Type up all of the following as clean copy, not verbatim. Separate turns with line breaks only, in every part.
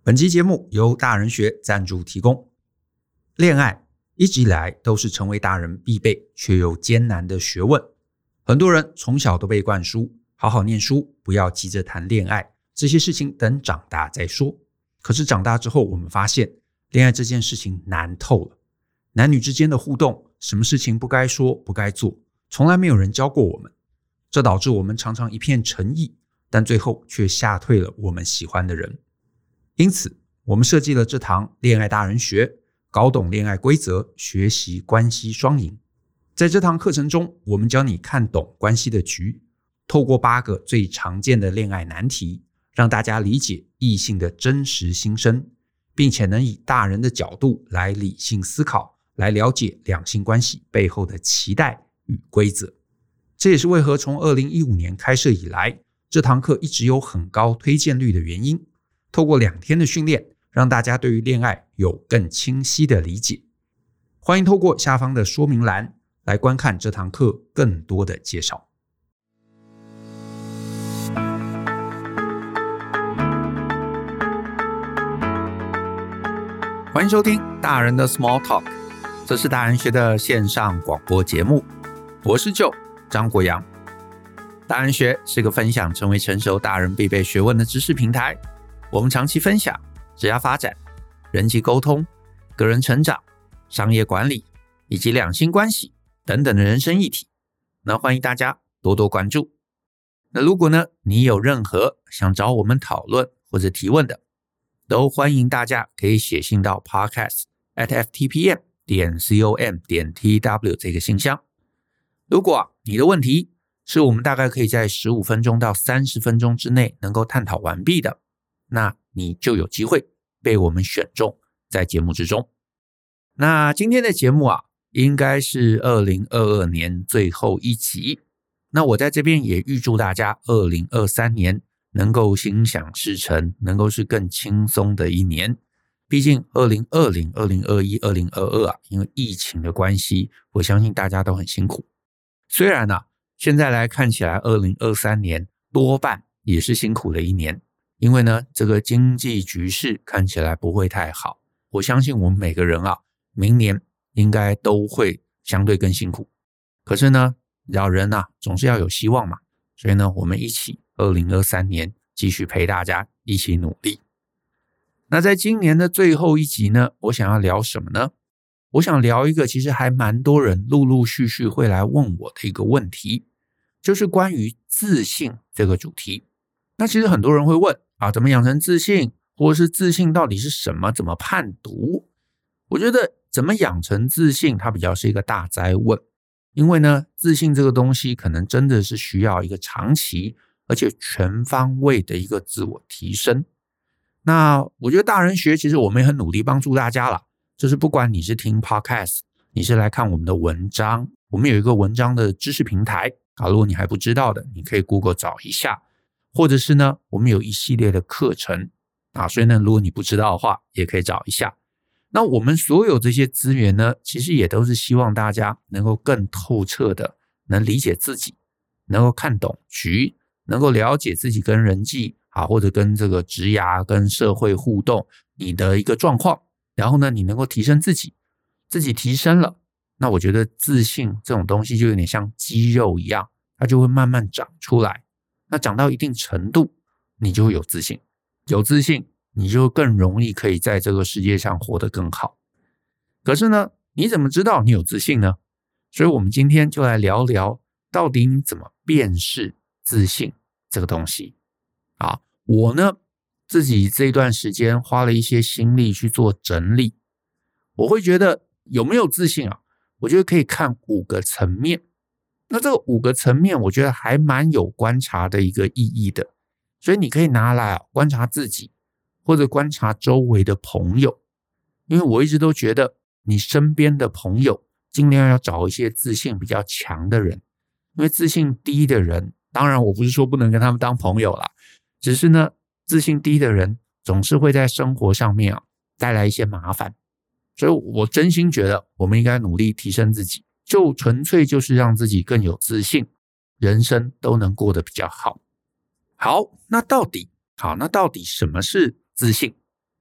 本期节目由大人学赞助提供。恋爱一直以来都是成为大人必备却又艰难的学问。很多人从小都被灌输好好念书，不要急着谈恋爱，这些事情等长大再说。可是长大之后，我们发现恋爱这件事情难透了。男女之间的互动，什么事情不该说不该做，从来没有人教过我们。这导致我们常常一片诚意，但最后却吓退了我们喜欢的人。因此我们设计了这堂恋爱大人学，搞懂恋爱规则，学习关系双赢。在这堂课程中，我们教你看懂关系的局，透过8个最常见的恋爱难题，让大家理解异性的真实心声，并且能以大人的角度来理性思考，来了解两性关系背后的期待与规则。这也是为何从2015年开设以来，这堂课一直有很高推荐率的原因。透过2天的训练，让大家对于恋爱有更清晰的理解。欢迎透过下方的说明栏来观看这堂课更多的介绍。欢迎收听大人的 Small Talk， 这是大人学的线上广播节目，我是Joe张国洋。大人学是个分享成为成熟大人必备学问的知识平台，我们长期分享职业发展、人际沟通、个人成长、商业管理以及两性关系等等的人生议题。那欢迎大家多多关注。那如果呢，你有任何想找我们讨论或者提问的，都欢迎大家可以写信到 podcast@ftpm.com.tw 这个信箱。如果你的问题是我们大概可以在15分钟到30分钟之内能够探讨完毕的，那你就有机会被我们选中在节目之中。那今天的节目应该是2022年最后一集。那我在这边也预祝大家2023年能够心想事成，能够是更轻松的一年。毕竟2020、2021、2022因为疫情的关系，我相信大家都很辛苦。虽然现在来看起来2023年多半也是辛苦的一年，因为呢，这个经济局势看起来不会太好。我相信我们每个人明年应该都会相对更辛苦。可是呢，人总是要有希望嘛，所以呢，我们一起2023年继续陪大家一起努力。那在今年的最后一集呢，我想要聊什么呢？我想聊一个其实还蛮多人陆陆续续会来问我的一个问题，就是关于自信这个主题。那其实很多人会问怎么养成自信，或者是自信到底是什么，怎么判读。我觉得怎么养成自信它比较是一个大哉问，因为呢，自信这个东西可能真的是需要一个长期而且全方位的一个自我提升。那我觉得大人学其实我们也很努力帮助大家啦，就是不管你是听 podcast， 你是来看我们的文章，我们有一个文章的知识平台如果你还不知道的，你可以 Google 找一下，或者是呢，我们有一系列的课程所以呢，如果你不知道的话也可以找一下。那我们所有这些资源呢，其实也都是希望大家能够更透彻的能理解自己，能够看懂局，能够了解自己跟人际或者跟这个职涯跟社会互动你的一个状况，然后呢，你能够提升自己提升了，那我觉得自信这种东西就有点像肌肉一样，它就会慢慢长出来。那长到一定程度，你就会有自信，有自信你就更容易可以在这个世界上活得更好。可是呢，你怎么知道你有自信呢？所以我们今天就来聊聊，到底你怎么辨识自信这个东西我呢自己这段时间花了一些心力去做整理，我会觉得有没有自信我觉得可以看5个层面。那这个5个层面我觉得还蛮有观察的一个意义的，所以你可以拿来观察自己，或者观察周围的朋友。因为我一直都觉得你身边的朋友尽量要找一些自信比较强的人，因为自信低的人，当然我不是说不能跟他们当朋友啦，只是呢，自信低的人总是会在生活上面带来一些麻烦。所以我真心觉得我们应该努力提升自己，就纯粹就是让自己更有自信，人生都能过得比较好。那到底什么是自信？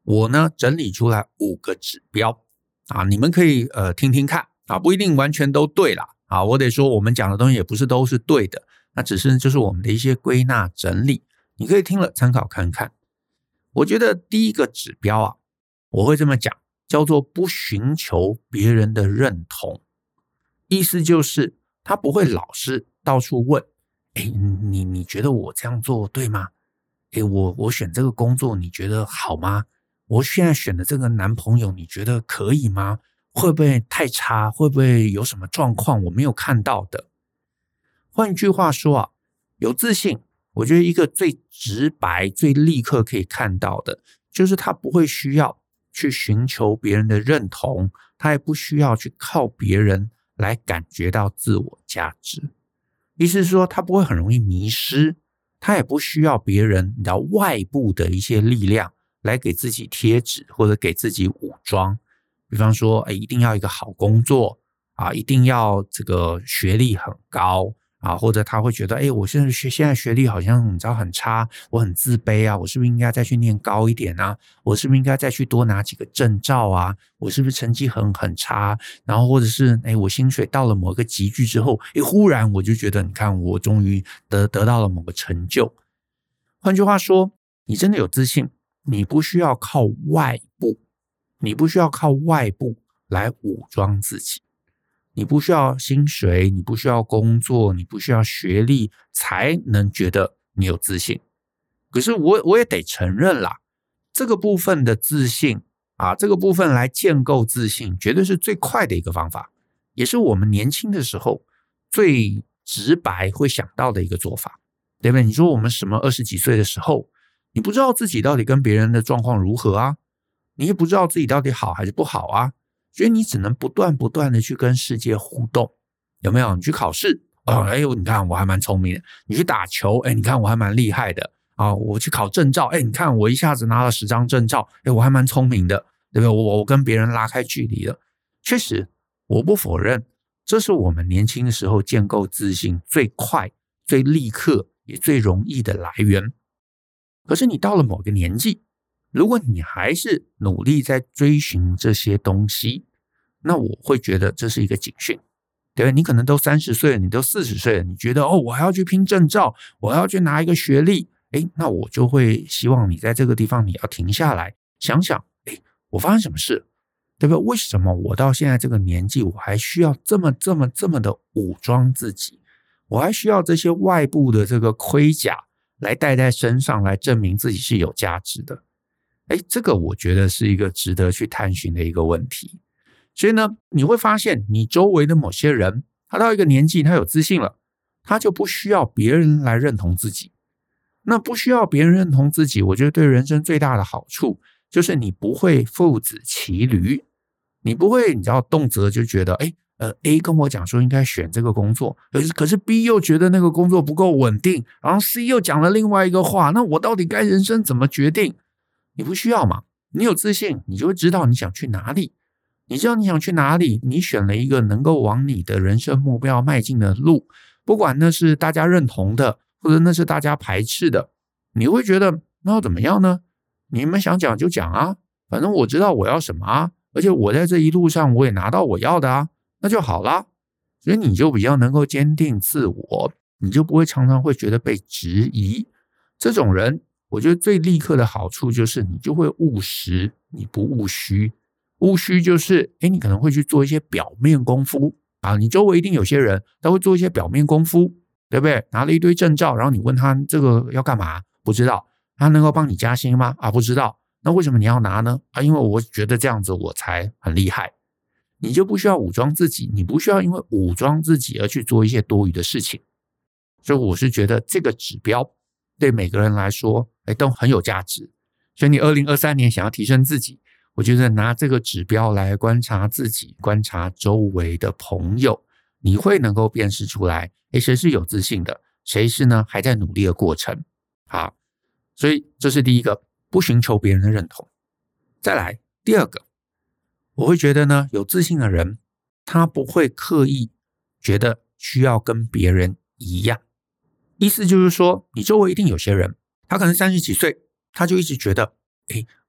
我呢整理出来5个指标啊，你们可以听听看啊，不一定完全都对啦啊，我得说我们讲的东西也不是都是对的，那只是就是我们的一些归纳整理，你可以听了参考看看。我觉得第一个指标啊，我会这么讲，叫做不寻求别人的认同。意思就是他不会老是到处问，你觉得我这样做对吗？我选这个工作你觉得好吗？我现在选的这个男朋友你觉得可以吗？会不会太差？会不会有什么状况我没有看到的？换句话说啊，有自信，我觉得一个最直白、最立刻可以看到的，就是他不会需要去寻求别人的认同，他也不需要去靠别人来感觉到自我价值。意思是说，他不会很容易迷失，他也不需要别人你知道外部的一些力量来给自己贴纸或者给自己武装。比方说，一定要一个好工作啊，一定要这个学历很高啊，或者他会觉得，我现在学历好像你知道很差，我很自卑啊，我是不是应该再去念高一点啊？我是不是应该再去多拿几个证照啊？我是不是成绩很差？然后或者是我薪水到了某个级距之后，忽然我就觉得，你看我终于得到了某个成就。换句话说，你真的有自信，你不需要靠外部，你不需要靠外部来武装自己。你不需要薪水，你不需要工作，你不需要学历才能觉得你有自信。可是我也得承认啦，这个部分的自信啊，这个部分来建构自信绝对是最快的一个方法，也是我们年轻的时候最直白会想到的一个做法，对不对？你说我们什么20几岁的时候，你不知道自己到底跟别人的状况如何啊，你也不知道自己到底好还是不好啊，所以你只能不断的去跟世界互动，有没有？你去考试，你看我还蛮聪明的；你去打球，你看我还蛮厉害的啊！我去考证照，你看我一下子拿了10张证照，我还蛮聪明的，对不对？我跟别人拉开距离了。确实，我不否认，这是我们年轻的时候建构自信最快、最立刻也最容易的来源。可是你到了某个年纪，如果你还是努力在追寻这些东西，那我会觉得这是一个警讯，对不对？你可能都30岁了，你都40岁了，你觉得我还要去拼证照，我要去拿一个学历，那我就会希望你在这个地方你要停下来想想，我发生什么事，对不对？为什么我到现在这个年纪我还需要这么的武装自己，我还需要这些外部的这个盔甲来戴在身上来证明自己是有价值的。这个我觉得是一个值得去探寻的一个问题。所以呢，你会发现你周围的某些人，他到一个年纪他有自信了，他就不需要别人来认同自己。那不需要别人认同自己，我觉得对人生最大的好处就是你不会父子骑驴，你不会你知道动辄就觉得A 跟我讲说应该选这个工作，可是 B 又觉得那个工作不够稳定，然后 C 又讲了另外一个话，那我到底该人生怎么决定？你不需要嘛，你有自信，你就会知道你想去哪里。你知道你想去哪里，你选了一个能够往你的人生目标迈进的路，不管那是大家认同的，或者那是大家排斥的，你会觉得那又怎么样呢？你们想讲就讲啊，反正我知道我要什么啊，而且我在这一路上我也拿到我要的啊，那就好啦。所以你就比较能够坚定自我，你就不会常常会觉得被质疑。这种人我觉得最立刻的好处就是你就会务实，你不务虚。务虚就是你可能会去做一些表面功夫啊，你周围一定有些人他会做一些表面功夫，对不对？拿了一堆证照，然后你问他这个要干嘛，不知道。他能够帮你加薪吗？不知道。那为什么你要拿呢？因为我觉得这样子我才很厉害。你就不需要武装自己，你不需要因为武装自己而去做一些多余的事情。所以我是觉得这个指标对每个人来说都很有价值。所以你2023年想要提升自己，我觉得拿这个指标来观察自己，观察周围的朋友，你会能够辨识出来谁是有自信的，谁是呢还在努力的过程。好，所以这是第一个，不寻求别人的认同。再来第二个，我会觉得呢，有自信的人他不会刻意觉得需要跟别人一样。意思就是说，你周围一定有些人他可能30几岁，他就一直觉得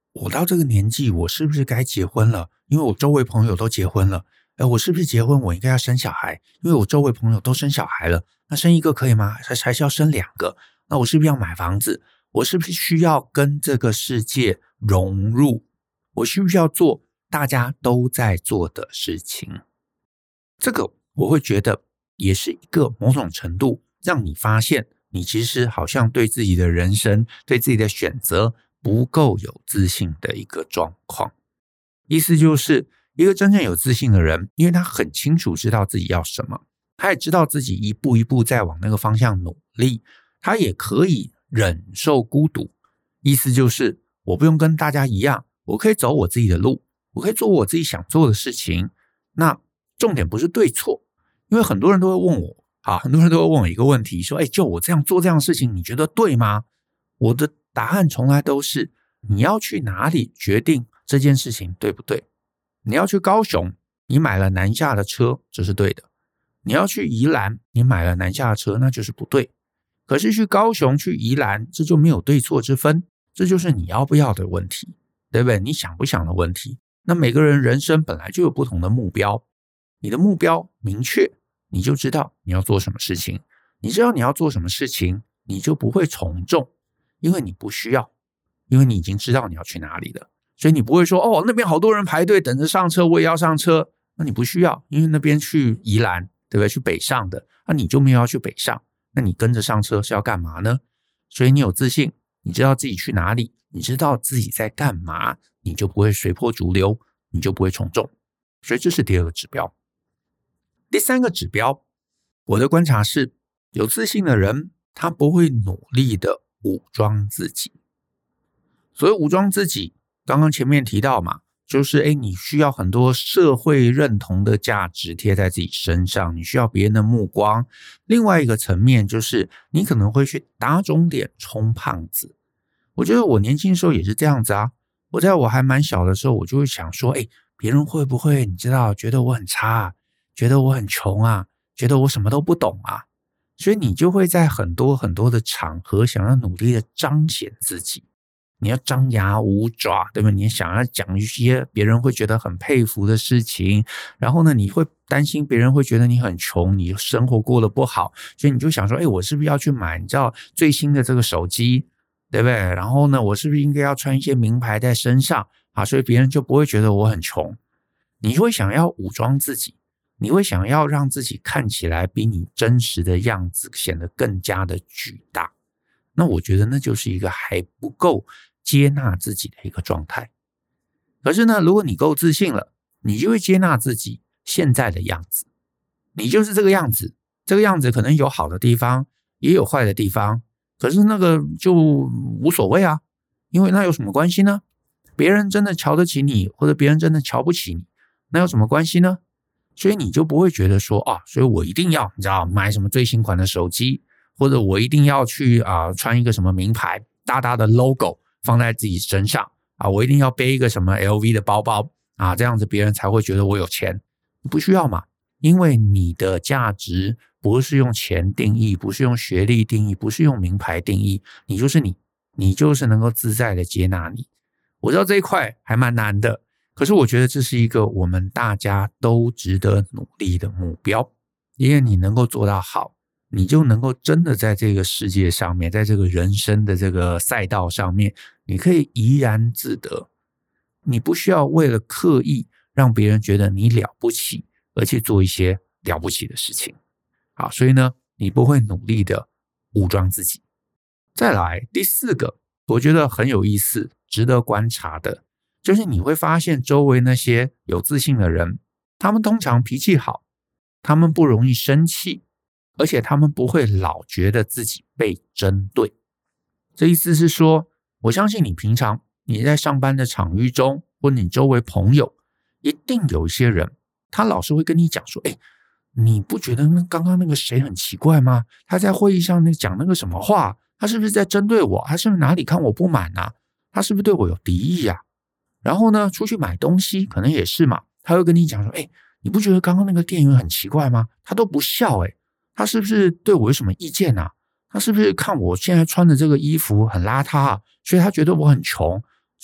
我到这个年纪，我是不是该结婚了？因为我周围朋友都结婚了。我是不是结婚我应该要生小孩？因为我周围朋友都生小孩了。那生一个可以吗？还是要生2个？那我是不是要买房子？我是不是需要跟这个世界融入？我需不需要做大家都在做的事情？这个我会觉得也是一个某种程度让你发现你其实好像对自己的人生，对自己的选择不够有自信的一个状况。意思就是一个真正有自信的人，因为他很清楚知道自己要什么，他也知道自己一步一步在往那个方向努力，他也可以忍受孤独。意思就是我不用跟大家一样，我可以走我自己的路，我可以做我自己想做的事情。那重点不是对错，因为很多人都会问我很多人都会问我一个问题，说就我这样做这样的事情你觉得对吗？我的答案从来都是你要去哪里决定这件事情对不对。你要去高雄，你买了南下的车，这是对的。你要去宜兰，你买了南下的车，那就是不对。可是去高雄去宜兰，这就没有对错之分，这就是你要不要的问题，对不对？你想不想的问题。那每个人人生本来就有不同的目标，你的目标明确，你就知道你要做什么事情。你知道你要做什么事情，你就不会从众，因为你不需要，因为你已经知道你要去哪里了。所以你不会说那边好多人排队等着上车，我也要上车。那你不需要，因为那边去宜兰，对不对？去北上的，那你就没有要去北上，那你跟着上车是要干嘛呢？所以你有自信，你知道自己去哪里，你知道自己在干嘛，你就不会随波逐流，你就不会从众。所以这是第2个指标。第3个指标，我的观察是，有自信的人他不会努力的武装自己。所以武装自己，刚刚前面提到嘛，就是你需要很多社会认同的价值贴在自己身上，你需要别人的目光。另外一个层面就是你可能会去打肿脸充胖子。我觉得我年轻的时候也是这样子啊。我在我还蛮小的时候，我就会想说别人会不会你知道觉得我很差，觉得我很穷啊，觉得我什么都不懂啊。所以你就会在很多很多的场合想要努力的彰显自己，你要张牙舞爪，对吧？你想要讲一些别人会觉得很佩服的事情，然后呢，你会担心别人会觉得你很穷，你生活过得不好，所以你就想说我是不是要去买你知道最新的这个手机，对不对？然后呢，我是不是应该要穿一些名牌在身上所以别人就不会觉得我很穷。你会想要武装自己，你会想要让自己看起来比你真实的样子显得更加的巨大。那我觉得那就是一个还不够接纳自己的一个状态。可是呢，如果你够自信了，你就会接纳自己现在的样子，你就是这个样子。这个样子可能有好的地方，也有坏的地方，可是那个就无所谓啊，因为那有什么关系呢？别人真的瞧得起你，或者别人真的瞧不起你，那有什么关系呢？所以你就不会觉得说所以我一定要你知道买什么最新款的手机，或者我一定要去穿一个什么名牌大大的 logo 放在自己身上我一定要背一个什么 LV 的包包这样子别人才会觉得我有钱。不需要嘛，因为你的价值不是用钱定义，不是用学历定义，不是用名牌定义，你就是你，你就是能够自在的接纳你。我知道这一块还蛮难的，可是我觉得这是一个我们大家都值得努力的目标，因为你能够做到好，你就能够真的在这个世界上面，在这个人生的这个赛道上面，你可以怡然自得。你不需要为了刻意让别人觉得你了不起而去做一些了不起的事情。好，所以呢，你不会努力的武装自己。再来第4个，我觉得很有意思，值得观察的，就是你会发现周围那些有自信的人，他们通常脾气好，他们不容易生气，而且他们不会老觉得自己被针对。这意思是说，我相信你平常你在上班的场域中，或你周围朋友，一定有一些人，他老是会跟你讲说你不觉得刚刚那个谁很奇怪吗？他在会议上讲那个什么话，他是不是在针对我？他是不是哪里看我不满啊？他是不是对我有敌意啊？然后呢，出去买东西可能也是嘛，他会跟你讲说你不觉得刚刚那个店员很奇怪吗？他都不笑他是不是对我有什么意见啊？他是不是看我现在穿的这个衣服很邋遢所以他觉得我很穷，所以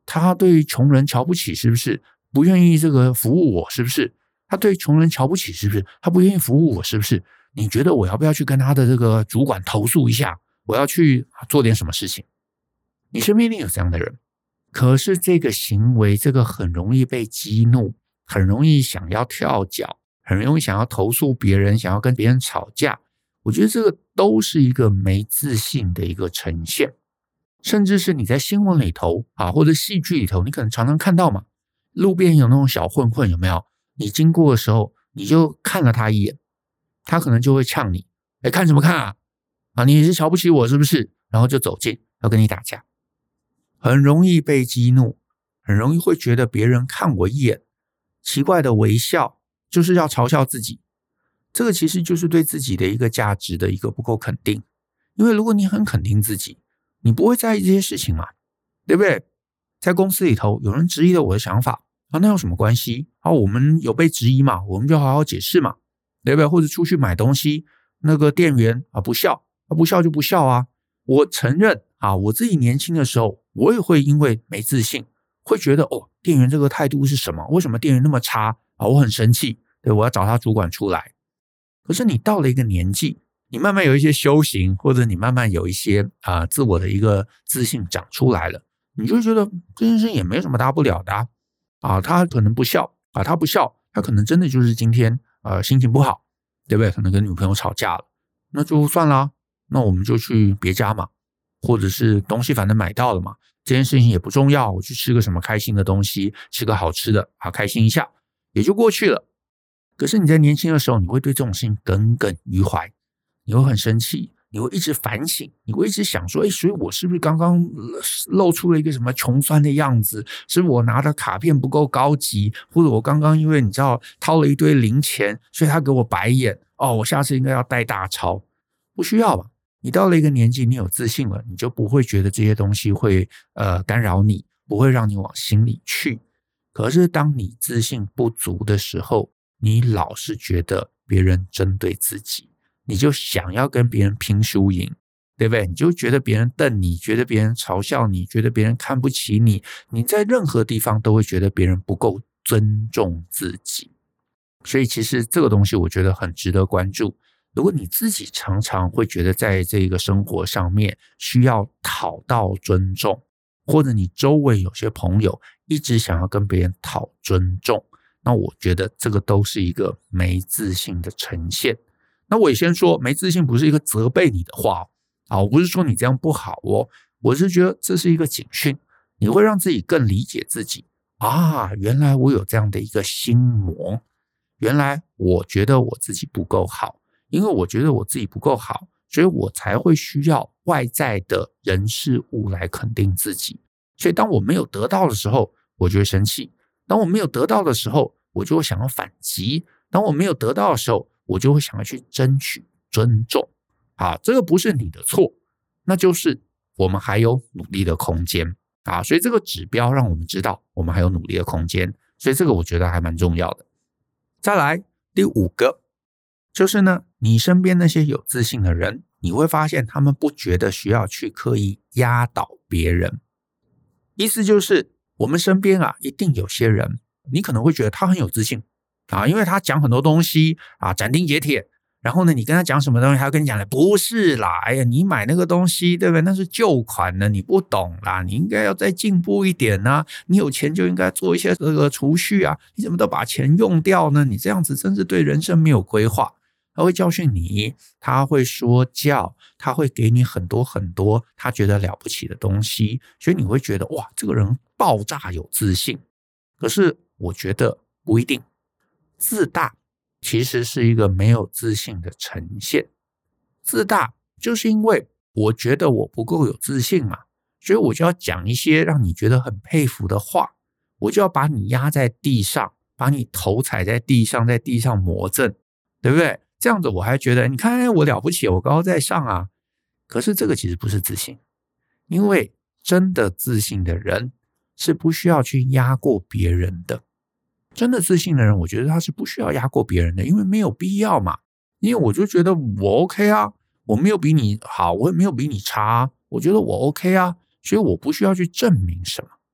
他对穷人瞧不起，是不是？不愿意这个服务我，是不是？他对穷人瞧不起，是不是？他不愿意服务我，是不是？你觉得我要不要去跟他的这个主管投诉一下？我要去做点什么事情？你身边一定有这样的人，可是这个行为，这个很容易被激怒，很容易想要跳脚，很容易想要投诉别人，想要跟别人吵架。我觉得这个都是一个没自信的一个呈现，甚至是你在新闻里头或者戏剧里头，你可能常常看到嘛，路边有那种小混混，有没有？你经过的时候，你就看了他一眼，他可能就会呛你，看什么看啊？你是瞧不起我是不是？然后就走近要跟你打架，很容易被激怒，很容易会觉得别人看我一眼，奇怪的微笑，就是要嘲笑自己。这个其实就是对自己的一个价值的一个不够肯定。因为如果你很肯定自己，你不会在意这些事情嘛，对不对？在公司里头有人质疑了我的想法那有什么关系我们有被质疑嘛，我们就好好解释嘛，对不对？或者出去买东西，那个店员不笑不笑就不笑啊。我承认我自己年轻的时候，我也会因为没自信，会觉得店员这个态度是什么？为什么店员那么差我很生气，对，我要找他主管出来。可是你到了一个年纪，你慢慢有一些修行，或者你慢慢有一些自我的一个自信长出来了，你就会觉得这件事也没什么大不了的他可能不笑他不笑，他可能真的就是今天心情不好，对不对？可能跟女朋友吵架了，那就算了，那我们就去别家嘛，或者是东西反正买到了嘛，这件事情也不重要，我去吃个什么开心的东西，吃个好吃的开心一下也就过去了。可是你在年轻的时候，你会对这种事情耿耿于怀，你会很生气，你会一直反省，你会一直想说所以我是不是刚刚露出了一个什么穷酸的样子，是不是我拿的卡片不够高级，或者我刚刚因为你知道掏了一堆零钱，所以他给我白眼我下次应该要带大钞。不需要吧，你到了一个年纪，你有自信了，你就不会觉得这些东西会干扰你，不会让你往心里去。可是当你自信不足的时候，你老是觉得别人针对自己，你就想要跟别人拼输赢，对不对？你就觉得别人瞪你，觉得别人嘲笑你，觉得别人看不起你，你在任何地方都会觉得别人不够尊重自己。所以其实这个东西我觉得很值得关注。如果你自己常常会觉得在这个生活上面需要讨到尊重，或者你周围有些朋友一直想要跟别人讨尊重，那我觉得这个都是一个没自信的呈现。那我也先说，没自信不是一个责备你的话我不是说你这样不好我是觉得这是一个警讯，你会让自己更理解自己原来我有这样的一个心魔，原来我觉得我自己不够好，因为我觉得我自己不够好，所以我才会需要外在的人事物来肯定自己。所以当我没有得到的时候，我就会生气，当我没有得到的时候，我就会想要反击，当我没有得到的时候，我就会想要去争取尊重这个不是你的错，那就是我们还有努力的空间所以这个指标让我们知道我们还有努力的空间，所以这个我觉得还蛮重要的。再来第5个，就是呢，你身边那些有自信的人，你会发现他们不觉得需要去刻意压倒别人。意思就是我们身边一定有些人，你可能会觉得他很有自信因为他讲很多东西斩钉截铁，然后呢，你跟他讲什么东西，他跟你讲不是啦，哎呀，你买那个东西对不对？那是旧款的，你不懂啦，你应该要再进步一点你有钱就应该做一些这个储蓄你怎么都把钱用掉呢？你这样子真是对人生没有规划。他会教训你，他会说教，他会给你很多很多他觉得了不起的东西，所以你会觉得哇，这个人爆炸有自信。可是我觉得不一定，自大其实是一个没有自信的呈现。自大就是因为我觉得我不够有自信嘛，所以我就要讲一些让你觉得很佩服的话，我就要把你压在地上，把你头踩在地上，在地上磨蹭，对不对？这样子我还觉得你看我了不起，我高高在上可是这个其实不是自信，因为真的自信的人是不需要去压过别人的。真的自信的人，我觉得他是不需要压过别人的，因为没有必要嘛。因为我就觉得我 OK 我没有比你好，我也没有比你差我觉得我 OK所以我不需要去证明什么。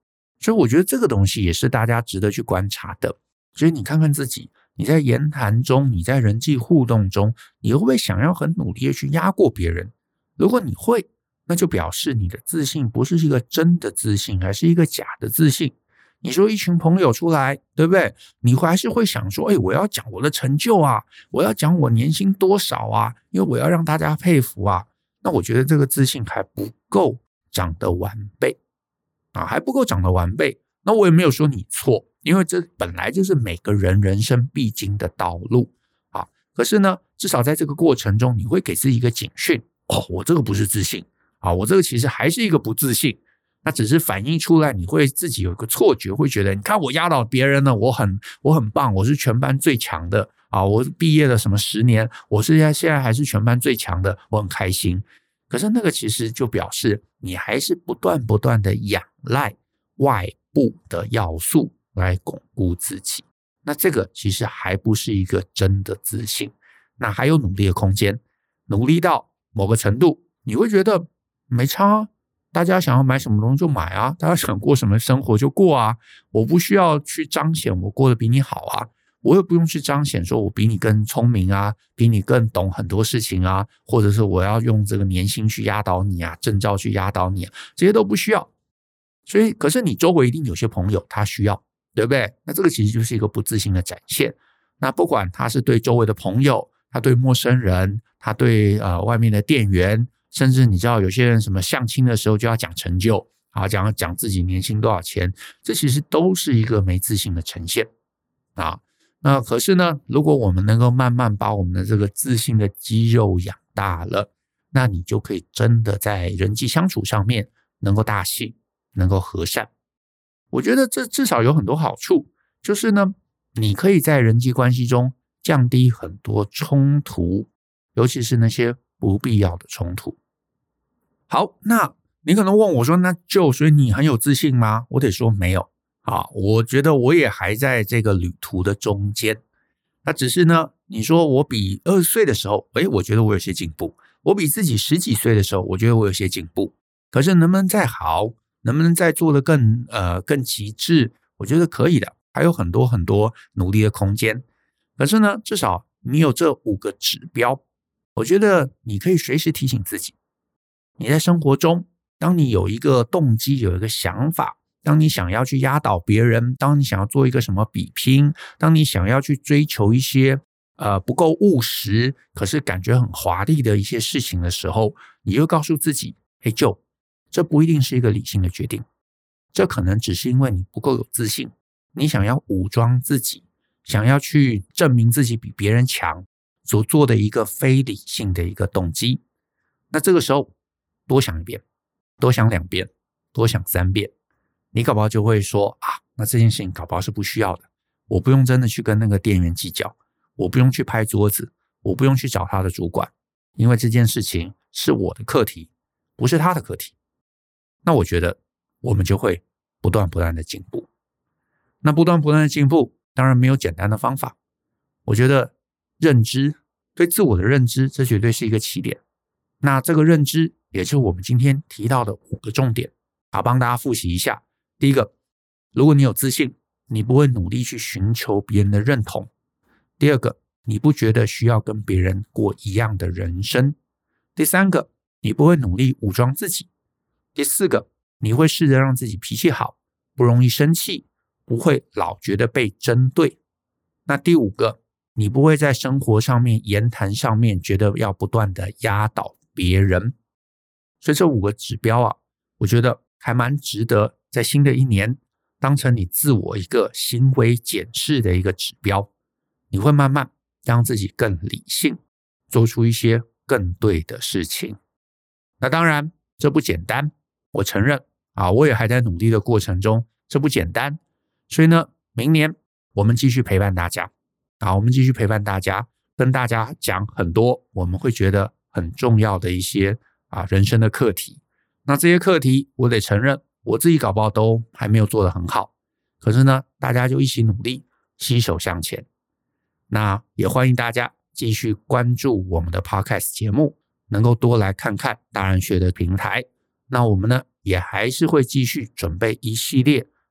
所以我觉得这个东西也是大家值得去观察的。所以你看看自己，你在言谈中，你在人际互动中，你会不会想要很努力的去压过别人？如果你会，那就表示你的自信不是一个真的自信，还是一个假的自信。你说一群朋友出来，对不对？你还是会想说，我要讲我的成就啊，我要讲我年薪多少啊，因为我要让大家佩服啊。那我觉得这个自信还不够长得完备啊，还不够长得完备。那我也没有说你错，因为这本来就是每个人人生必经的道路啊。可是呢，至少在这个过程中，你会给自己一个警讯，我这个不是自信啊，我这个其实还是一个不自信。那只是反映出来，你会自己有一个错觉，会觉得你看我压倒别人了，我很棒，我是全班最强的啊！我毕业了什么10年，我现在还是全班最强的，我很开心。可是那个其实就表示你还是不断的仰赖外部的要素来巩固自己。那这个其实还不是一个真的自信，那还有努力的空间，努力到某个程度，你会觉得没差啊。大家想要买什么东西就买啊，大家想过什么生活就过啊，我不需要去彰显我过得比你好啊，我也不用去彰显说我比你更聪明啊，比你更懂很多事情啊，或者是我要用这个年薪去压倒你啊，证照去压倒你啊，这些都不需要。所以可是你周围一定有些朋友他需要，对不对？那这个其实就是一个不自信的展现。那不管他是对周围的朋友，他对陌生人，他对外面的店员，甚至你知道有些人什么相亲的时候就要讲成就啊，讲自己年薪多少钱，这其实都是一个没自信的呈现啊。那可是呢，如果我们能够慢慢把我们的这个自信的肌肉养大了，那你就可以真的在人际相处上面能够大气，能够和善。我觉得这至少有很多好处，就是呢，你可以在人际关系中降低很多冲突，尤其是那些不必要的冲突。好，那你可能问我说，那所以你很有自信吗？我得说没有啊，我觉得我也还在这个旅途的中间。那只是呢，你说我比20岁的时候，我觉得我有些进步；我比自己10几岁的时候，我觉得我有些进步。可是能不能再好，能不能再做得更极致，我觉得可以的，还有很多很多努力的空间。可是呢，至少你有这5个指标，我觉得你可以随时提醒自己，你在生活中，当你有一个动机，有一个想法，当你想要去压倒别人，当你想要做一个什么比拼，当你想要去追求一些不够务实，可是感觉很华丽的一些事情的时候，你就告诉自己，这不一定是一个理性的决定，这可能只是因为你不够有自信，你想要武装自己，想要去证明自己比别人强所做的一个非理性的一个动机。那这个时候多想1遍，多想2遍，多想3遍，你搞不好就会说那这件事情搞不好是不需要的，我不用真的去跟那个店员计较，我不用去拍桌子，我不用去找他的主管，因为这件事情是我的课题，不是他的课题。那我觉得我们就会不断的进步。那不断的进步，当然没有简单的方法。我觉得认知，对自我的认知，这绝对是一个起点。那这个认知也是我们今天提到的5个重点，帮大家复习一下。第一个，如果你有自信，你不会努力去寻求别人的认同。第二个，你不觉得需要跟别人过一样的人生。第三个，你不会努力武装自己。第4个，你会试着让自己脾气好，不容易生气，不会老觉得被针对。那第5个，你不会在生活上面、言谈上面觉得要不断的压倒别人。所以这5个指标我觉得还蛮值得在新的一年当成你自我一个行为检视的一个指标。你会慢慢让自己更理性，做出一些更对的事情。那当然这不简单，我承认我也还在努力的过程中，这不简单。所以呢，明年我们继续陪伴大家我们继续陪伴大家，跟大家讲很多我们会觉得很重要的一些人生的课题。那这些课题我得承认，我自己搞不好都还没有做得很好，可是呢，大家就一起努力，携手向前。那也欢迎大家继续关注我们的 Podcast 节目，能够多来看看大人学的平台。那我们呢，也还是会继续准备一系列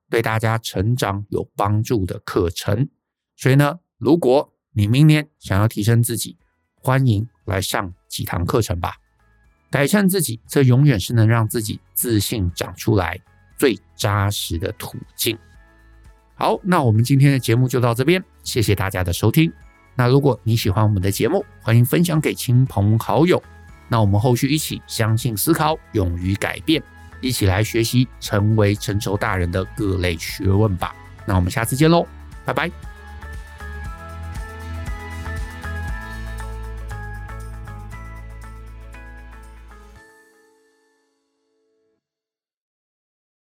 对大家成长有帮助的课程。所以呢，如果你明年想要提升自己，欢迎来上几堂课程吧。改善自己，这永远是能让自己自信长出来最扎实的途径。好，那我们今天的节目就到这边，谢谢大家的收听。那如果你喜欢我们的节目，欢迎分享给亲朋好友。那我们后续一起相信思考，勇于改变，一起来学习成为成熟大人的各类学问吧。那我们下次见喽，拜拜。